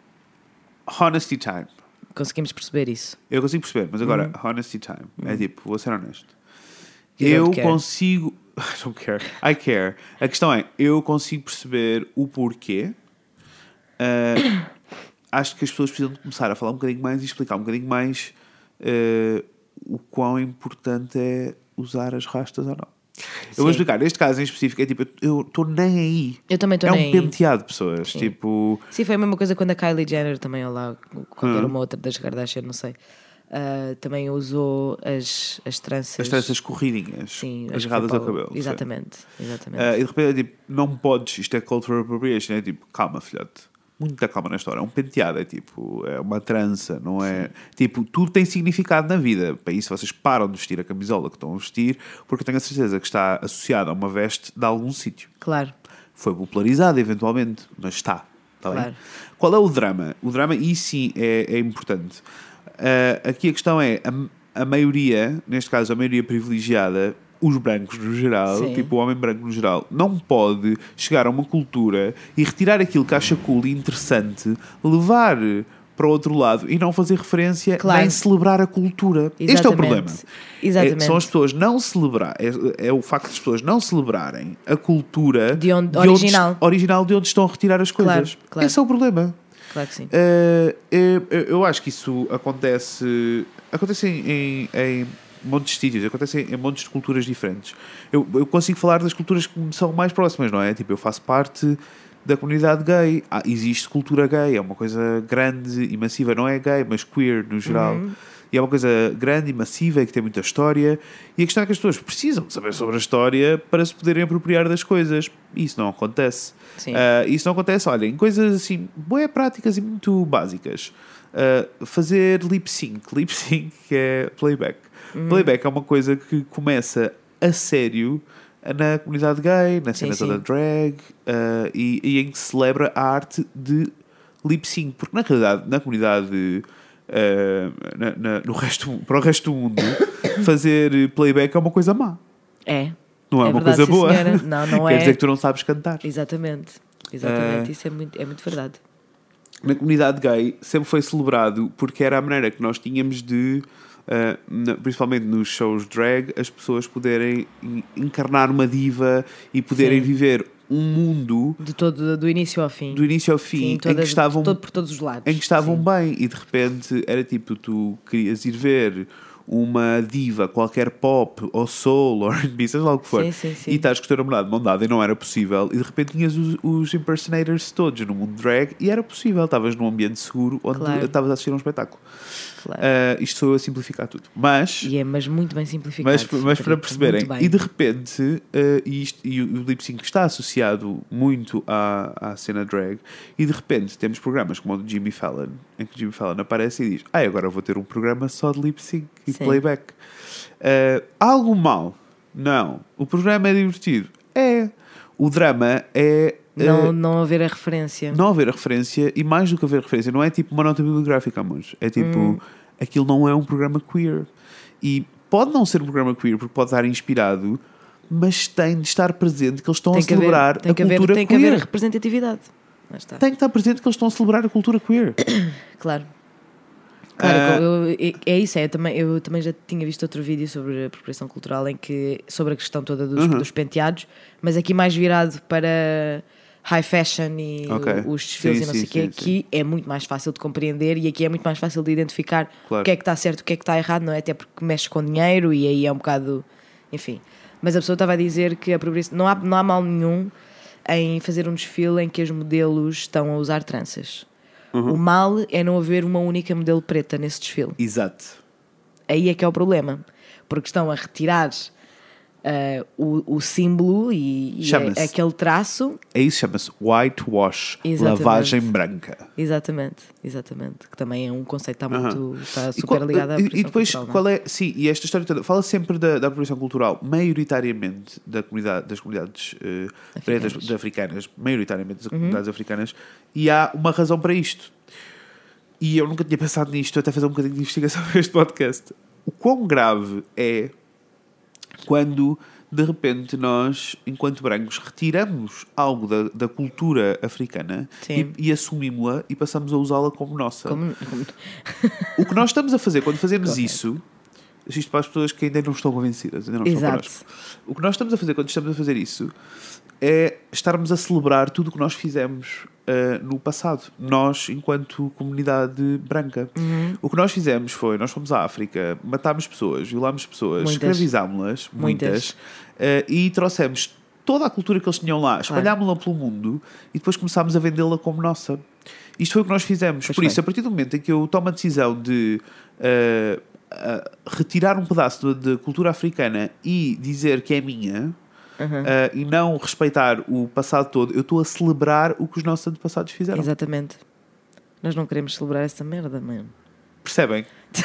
Honesty time. Conseguimos perceber isso. Eu consigo perceber, mas agora, uh-huh. honesty time. Uh-huh. É tipo, vou ser honesto. You eu care. consigo... I don't care. I care. A questão é, eu consigo perceber o porquê. Uh, acho que as pessoas precisam de começar a falar um bocadinho mais e explicar um bocadinho mais uh, o quão importante é usar as rastas ou não. Eu Sim. vou explicar. Neste caso em específico, é tipo, eu estou nem aí. Eu também estou é nem um penteado de pessoas. Sim. Tipo... Sim, foi a mesma coisa quando a Kylie Jenner também, ou lá, qualquer hum. uma outra das Kardashian, não sei. Uh, também usou as, as tranças. As tranças corridinhas. Sim, as agarradas ao cabelo. Exatamente. exatamente. Uh, e de repente é tipo, não podes, isto é cultural appropriation. É tipo, calma, filhote. Muita calma na história. É um penteado, é tipo, é uma trança, não é? Sim. Tipo, tudo tem significado na vida. Para isso vocês param de vestir a camisola que estão a vestir, porque eu tenho a certeza que está associada a uma veste de algum sítio. Claro. Foi popularizada eventualmente, mas está. Está claro. bem? Qual é o drama? O drama, e sim, é, é importante. Uh, aqui a questão é, a, a maioria, neste caso a maioria privilegiada, os brancos no geral, Sim. tipo o homem branco no geral, não pode chegar a uma cultura e retirar aquilo que acha cool e interessante, levar para o outro lado e não fazer referência, claro. nem celebrar a cultura. Exatamente. Este é o problema. Exatamente. É, são as pessoas não celebrar, é, é o facto das pessoas não celebrarem a cultura de onde, de original. Onde, original de onde estão a retirar as coisas. Claro, claro. Esse é o problema. Claro que sim. Uh, eu, eu acho que isso acontece, acontece em, em, em montes de sítios, acontece em, em montes de culturas diferentes. Eu, eu consigo falar das culturas que me são mais próximas, não é? Tipo, eu faço parte da comunidade gay. Ah, existe cultura gay, é uma coisa grande e massiva, não é gay, mas queer no geral. Uhum. E é uma coisa grande e massiva e que tem muita história. E a questão é que as pessoas precisam saber sobre a história para se poderem apropriar das coisas. E isso não acontece. Sim. Uh, isso não acontece, olha, em coisas assim, bem práticas e muito básicas. Uh, fazer lip sync. Lip sync é playback. Uhum. Playback é uma coisa que começa a sério na comunidade gay, na cena sim, toda sim. drag, uh, e, e em que se celebra a arte de lip sync. Porque na realidade, na comunidade... Uh, na, na, no resto, para o resto do mundo, fazer playback é uma coisa má. É. Não é, é uma verdade, coisa boa. Senhora. Não, não Quer é. dizer que tu não sabes cantar. Exatamente. Exatamente. Uh, Isso é muito, é muito verdade. Na comunidade gay sempre foi celebrado porque era a maneira que nós tínhamos de, uh, na, principalmente nos shows drag, as pessoas poderem encarnar uma diva e poderem Sim. viver um mundo de todo, do início ao fim, do início ao fim, Sim, todas, em que estavam todo, por todos os lados, em que estavam Sim. bem, e de repente era tipo, tu querias ir ver uma diva, qualquer pop, ou soul, ou R and B, seja lá o que for, sim, sim, sim. e estás com o teu namorado de mão dada e não era possível, e de repente tinhas os, os impersonators todos no mundo drag e era possível, estavas num ambiente seguro onde Claro. estavas a assistir a um espetáculo. Claro. Uh, isto sou eu a simplificar tudo. Mas, E é, mas muito bem simplificado. mas, mas para perceberem, Muito bem. e de repente, uh, e, isto, e o lip sync está associado muito à, à cena drag, e de repente temos programas como o do Jimmy Fallon, em que o Jimmy Fallon aparece e diz: Ah, agora vou ter um programa só de lip sync e Sim. playback. Uh, algo mal? Não. O programa é divertido? É. O drama é. Não, uh, não haver a referência. não haver a referência, e mais do que haver referência, não é tipo uma nota bibliográfica, amores. É tipo, Hum. aquilo não é um programa queer. E pode não ser um programa queer porque pode estar inspirado, mas tem de estar presente que eles estão Tem a que haver- celebrar tem a que haver- cultura Tem que queer. haver representatividade. Lá está. Tem que estar presente que eles estão a celebrar a cultura queer. Claro. Claro, Ah. eu- eu- é isso, é, eu, também, eu também já tinha visto outro vídeo sobre a apropriação cultural em que, sobre a questão toda dos, Uhum. dos penteados, mas aqui mais virado para high fashion e Ok. o- os desfiles Sim, e não sim, sei o quê. sim, Aqui é muito mais fácil de compreender e aqui é muito mais fácil de identificar Claro. o que é que está certo e o que é que está errado, não é? Até porque mexe com dinheiro e aí é um bocado. Enfim. Mas a pessoa estava a dizer que a apropriação. Não há, não há mal nenhum em fazer um desfile em que os modelos estão a usar tranças. Uhum. O mal é não haver uma única modelo preta nesse desfile. Exato. Aí é que é o problema. Porque estão a retirar uh, o, o símbolo e, e Chama-se. é- aquele traço. É isso, chama-se whitewash, Exatamente. lavagem branca. Exatamente, exatamente. Que também é um conceito que está, muito, Uhum. está E super qual- ligado à e, apropriação e depois, cultural, não é? qual é? Sim, e esta história toda fala sempre da, da apropriação cultural, maioritariamente da comunidade, das comunidades eh, pretas Africanas. de africanas, maioritariamente das comunidades africanas, e há uma razão para isto. E eu nunca tinha pensado nisto, eu até fazer um bocadinho de investigação para este podcast. O quão grave é quando, de repente, nós, enquanto brancos, retiramos algo da, da cultura africana Sim. e, e assumimos-la e passamos a usá-la como nossa. Como- como- O que nós estamos a fazer quando fazemos Correto. isso, isto para as pessoas que ainda não estão convencidas, ainda não estão Exato. connosco. O que nós estamos a fazer quando estamos a fazer isso é estarmos a celebrar tudo o que nós fizemos uh, no passado, nós enquanto comunidade branca. Uhum. O que nós fizemos foi, nós fomos à África, matámos pessoas, violámos pessoas, Muitas. escravizámos-las, muitas, Muitas. uh, e trouxemos toda a cultura que eles tinham lá, espalhámos-la pelo mundo e depois começámos a vendê-la como nossa. Isto foi o que nós fizemos. Pois Por foi. isso, a partir do momento em que eu tomo a decisão de uh, uh, retirar um pedaço da da cultura africana e dizer que é minha, Uhum. uh, e não respeitar o passado todo, eu estou a celebrar o que os nossos antepassados fizeram. Exatamente. Nós não queremos celebrar essa merda, mano. Percebem?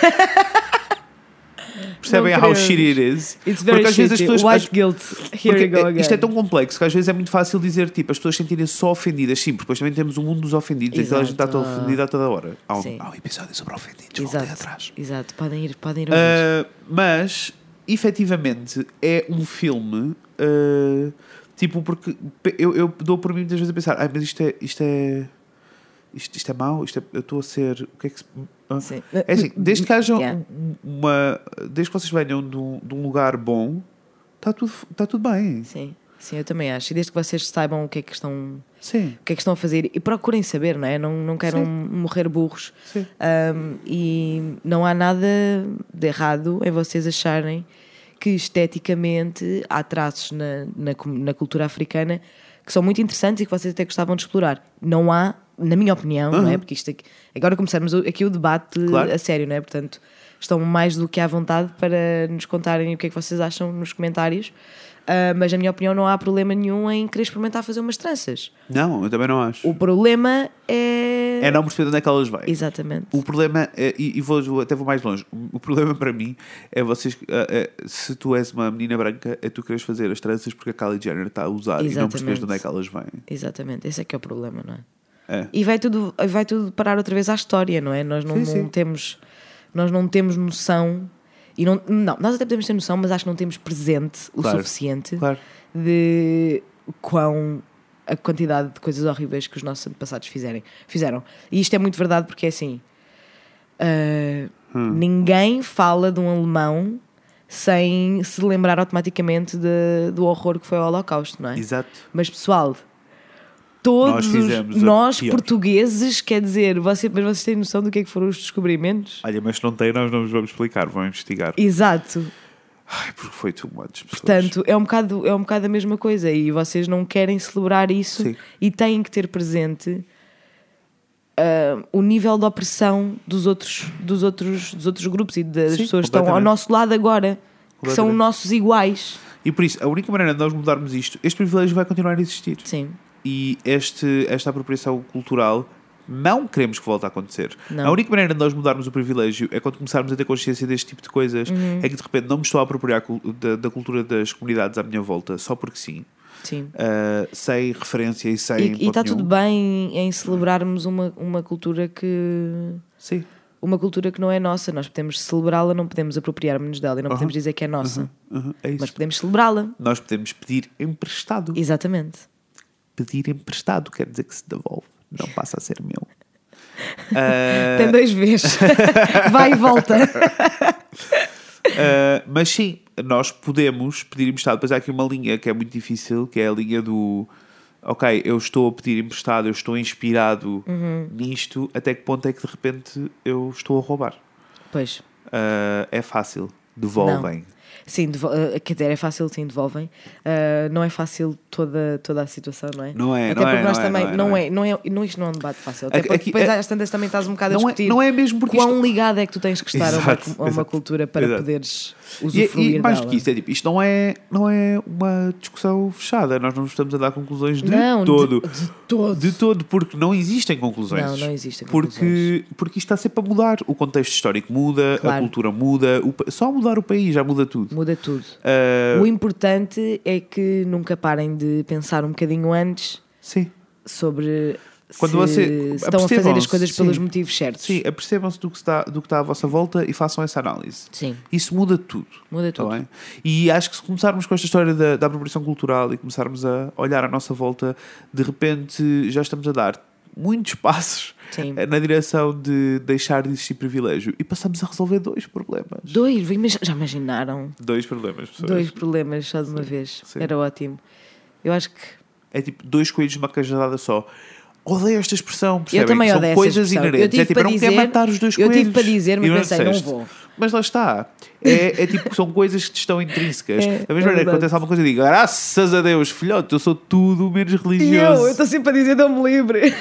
Percebem Não how queremos. shitty it is? It's very Porque às vezes as shitty. pessoas- White guilt. Here Porque you go é- again. isto é tão complexo que às vezes é muito fácil dizer, tipo, as pessoas sentirem-se só ofendidas. Sim, porque depois também temos o mundo dos ofendidos e toda a gente está Exato. toda ofendida a toda hora. Há um, Sim. há um episódio sobre ofendidos, voltem Exato. atrás. Exato. Podem ir, podem ir ouvir. Uh, mas, efetivamente, é um filme. uh, tipo, porque pe- eu, eu dou por mim muitas vezes a pensar: ai, mas isto é. Isto é isto, isto é mau, isto é, eu estou a ser. O que é que se. ah? Sim. É assim, desde que haja Yeah. um- uma. Desde que vocês venham de um, de um lugar bom, está tudo, está tudo bem. Sim. Sim, eu também acho. E desde que vocês saibam o que é que estão, Sim, o que é que estão a fazer e procurem saber, não é? Não, não queiram Sim. morrer burros. sim. Um, e não há nada de errado em vocês acharem que esteticamente há traços na, na, com- na cultura africana que são muito interessantes e que vocês até gostavam de explorar. Não há, na minha opinião, não é? Uhum. Porque isto aqui, agora começamos o- aqui o debate Claro. a sério, não é? Portanto, estão mais do que à vontade para nos contarem o que é que vocês acham nos comentários. Ah, mas, na minha opinião, não há problema nenhum em querer experimentar fazer umas tranças. Não, eu também não acho. O problema é. É não perceber de onde é que elas vêm. Exatamente. O problema, é, e, e vou, até vou mais longe, o problema para mim é vocês, é, é, se tu és uma menina branca, é tu queres fazer as tranças porque a Kylie Jenner está a usar e não Exatamente. percebes de onde é que elas vêm. Exatamente, esse é que é o problema, não é? É. E vai tudo, vai tudo parar outra vez à história, não é? Nós não, Sim, sim. não temos, nós não temos noção, e não, não, nós até podemos ter noção, mas acho que não temos presente o Claro. suficiente Claro. de quão a quantidade de coisas horríveis que os nossos antepassados fizerem, fizeram. E isto é muito verdade porque é assim, ah, Hum. ninguém fala de um alemão sem se lembrar automaticamente de, do horror que foi o Holocausto, não é? Exato. Mas pessoal, todos nós, fizemos a nós pior. portugueses, quer dizer, você, mas vocês têm noção do que é que foram os descobrimentos? Olha, mas se não tem, nós não vos vamos explicar, vamos investigar. Exato. Ai, porque foi too much. Portanto, é um, bocado, é um bocado a mesma coisa e vocês não querem celebrar isso. Sim. E têm que ter presente uh, o nível de opressão dos outros, dos outros, dos outros grupos e das Sim, pessoas que estão ao nosso lado agora, que são nossos iguais. E por isso, a única maneira de nós mudarmos isto, este privilégio vai continuar a existir. Sim. E este, esta apropriação cultural não queremos que volte a acontecer. Não. A única maneira de nós mudarmos o privilégio é quando começarmos a ter consciência deste tipo de coisas. Uhum. É que de repente não me estou a apropriar da, da cultura das comunidades à minha volta só porque sim. Sim. Uh, sem referência e sem. E está tudo bem em celebrarmos uma, uma cultura que. Sim. Uma cultura que não é nossa. Nós podemos celebrá-la, não podemos apropriar-nos dela e não uhum. podemos dizer que é nossa. Uhum. Uhum. É isso. Mas podemos celebrá-la. Nós podemos pedir emprestado. Exatamente. Pedir emprestado quer dizer que se devolve. Não passa a ser meu. Uh... Tem dois vezes. Vai e volta. uh, mas sim, nós podemos pedir emprestado. Depois há aqui uma linha que é muito difícil, que é a linha do ok, eu estou a pedir emprestado, eu estou inspirado uhum. nisto, até que ponto é que de repente eu estou a roubar? Pois. Uh, é fácil. Devolvem. Não. Sim, devo... quer dizer, é fácil, sim, devolvem. Uh, não é fácil toda, toda a situação, não é? Não é, até não porque é, nós não também, é, não, não é, é, não é, não, isto não é um debate fácil. Até porque aqui, depois é, às tantas também estás um bocado a não discutir. É, não é mesmo porque quão isto... ligado é que tu tens que estar exato, a uma, a uma exato, cultura para exato. poderes usufruir e, e mais dela. do que isto, é tipo, isto não é, não é uma discussão fechada. Nós não estamos a dar conclusões de não, todo. De, de todo. De todo, porque não existem conclusões. Não, não existem porque, conclusões. Porque isto está sempre a mudar. O contexto histórico muda, claro. A cultura muda. O, só mudar o país já muda tudo. Muda tudo. Uh, o importante é que nunca parem de pensar um bocadinho antes sim. sobre Quando se, você, se estão a fazer as coisas sim, pelos motivos certos. Sim, apercebam-se do que, está, do que está à vossa volta e façam essa análise. Sim. Isso muda tudo. Muda tudo. Tá bem? E acho que se começarmos com esta história da, da apropriação cultural e começarmos a olhar à nossa volta, de repente já estamos a dar muitos passos sim. na direção de deixar de existir privilégio e passamos a resolver dois problemas. Dois? Já imaginaram? Dois problemas, pessoas. Dois problemas só de uma sim, vez. Sim. Era ótimo. Eu acho que... É tipo dois coelhos numa cajadada só. Odeio esta expressão, percebem? Eu também São odeio coisas essa inerentes. Eu tive é tipo, para eu não dizer, quero matar os dois eu coelhos. Eu tive para dizer, mas não pensei, disseste. não vou. Mas lá está. É, é tipo, são coisas que te estão intrínsecas. É, da mesma maneira que acontece alguma coisa e digo, graças a Deus, filhote, eu sou tudo menos religioso. E eu, eu estou sempre a dizer, dou-me livre.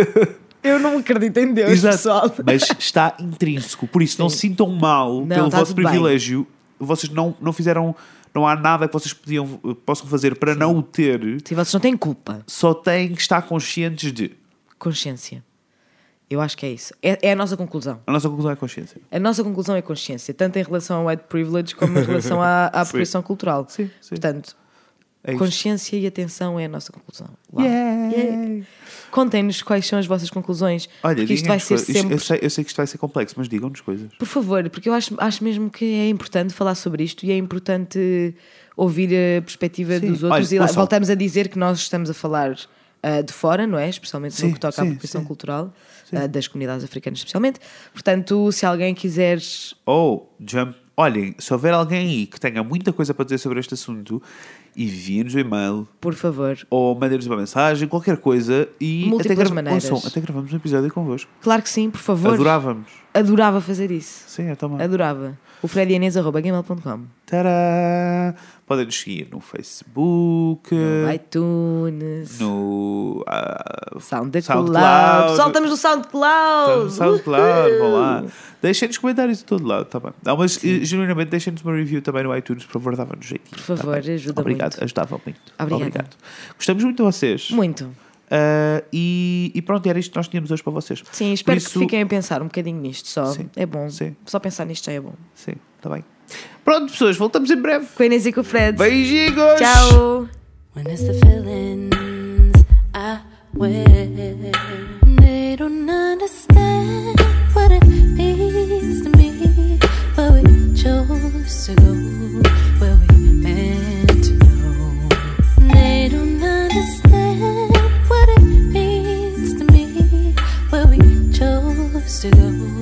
Eu não acredito em Deus, exato. Pessoal. Mas está intrínseco. Por isso, sim. não se sintam mal não, pelo vosso privilégio. Bem. Vocês não, não fizeram... Não há nada que vocês podiam, possam fazer para sim. não o ter. Sim, vocês não têm culpa. Só têm que estar conscientes de... Consciência. Eu acho que é isso. É, é a nossa conclusão. A nossa conclusão é consciência. A nossa conclusão é consciência. Tanto em relação ao white privilege como em relação à, à apropriação cultural. Sim, sim. Portanto, é consciência e atenção é a nossa conclusão. Yeah. Yeah. Contem-nos quais são as vossas conclusões. Olha, porque isto vai ser isto, sempre... eu, sei, eu sei que isto vai ser complexo, mas digam-nos coisas. Por favor, porque eu acho, acho mesmo que é importante falar sobre isto e é importante ouvir a perspectiva sim. dos outros. Olha, e voltamos a dizer que nós estamos a falar uh, de fora, não é? Especialmente sim, no que toca sim, à apropriação cultural uh, das comunidades africanas, especialmente. Portanto, se alguém quiser... Ou, oh, jump... olhem, se houver alguém aí que tenha muita coisa para dizer sobre este assunto... enviem-nos um e-mail. Por favor. Ou mandem-nos uma mensagem, qualquer coisa. E múltiplas até, grava- maneiras. ouçam, até gravamos um episódio convosco. Claro que sim, por favor. Adorávamos. Adorava fazer isso. Sim, eu também. Adorava. O fred inês arroba gmail ponto com. Tadá! Podem nos seguir no Facebook, no iTunes, no uh, SoundCloud. SoundCloud. Pessoal, estamos no SoundCloud. No SoundCloud, vão lá. Deixem-nos comentários de todo lado, tá bem. Não, mas sim. genuinamente deixem-nos uma review também no iTunes, por favor, dava-nos jeitinho. Por favor, tá ajuda Obrigado, muito. ajudava muito. Obrigada. Obrigado. Gostamos muito de vocês. Muito. Uh, e, e pronto, era isto que nós tínhamos hoje para vocês. Sim, espero isso... que fiquem a pensar um bocadinho nisto só. Sim. É bom. Sim. Só pensar nisto já é bom. Sim, está bem. Pronto, pessoas, voltamos em breve. Com a Inês e com o Fred. Beijinhos. Tchau. When it's the feelings I wear, they don't understand what it means to me, but we chose to go where we meant to know. They don't understand what it means to me, where we chose to go.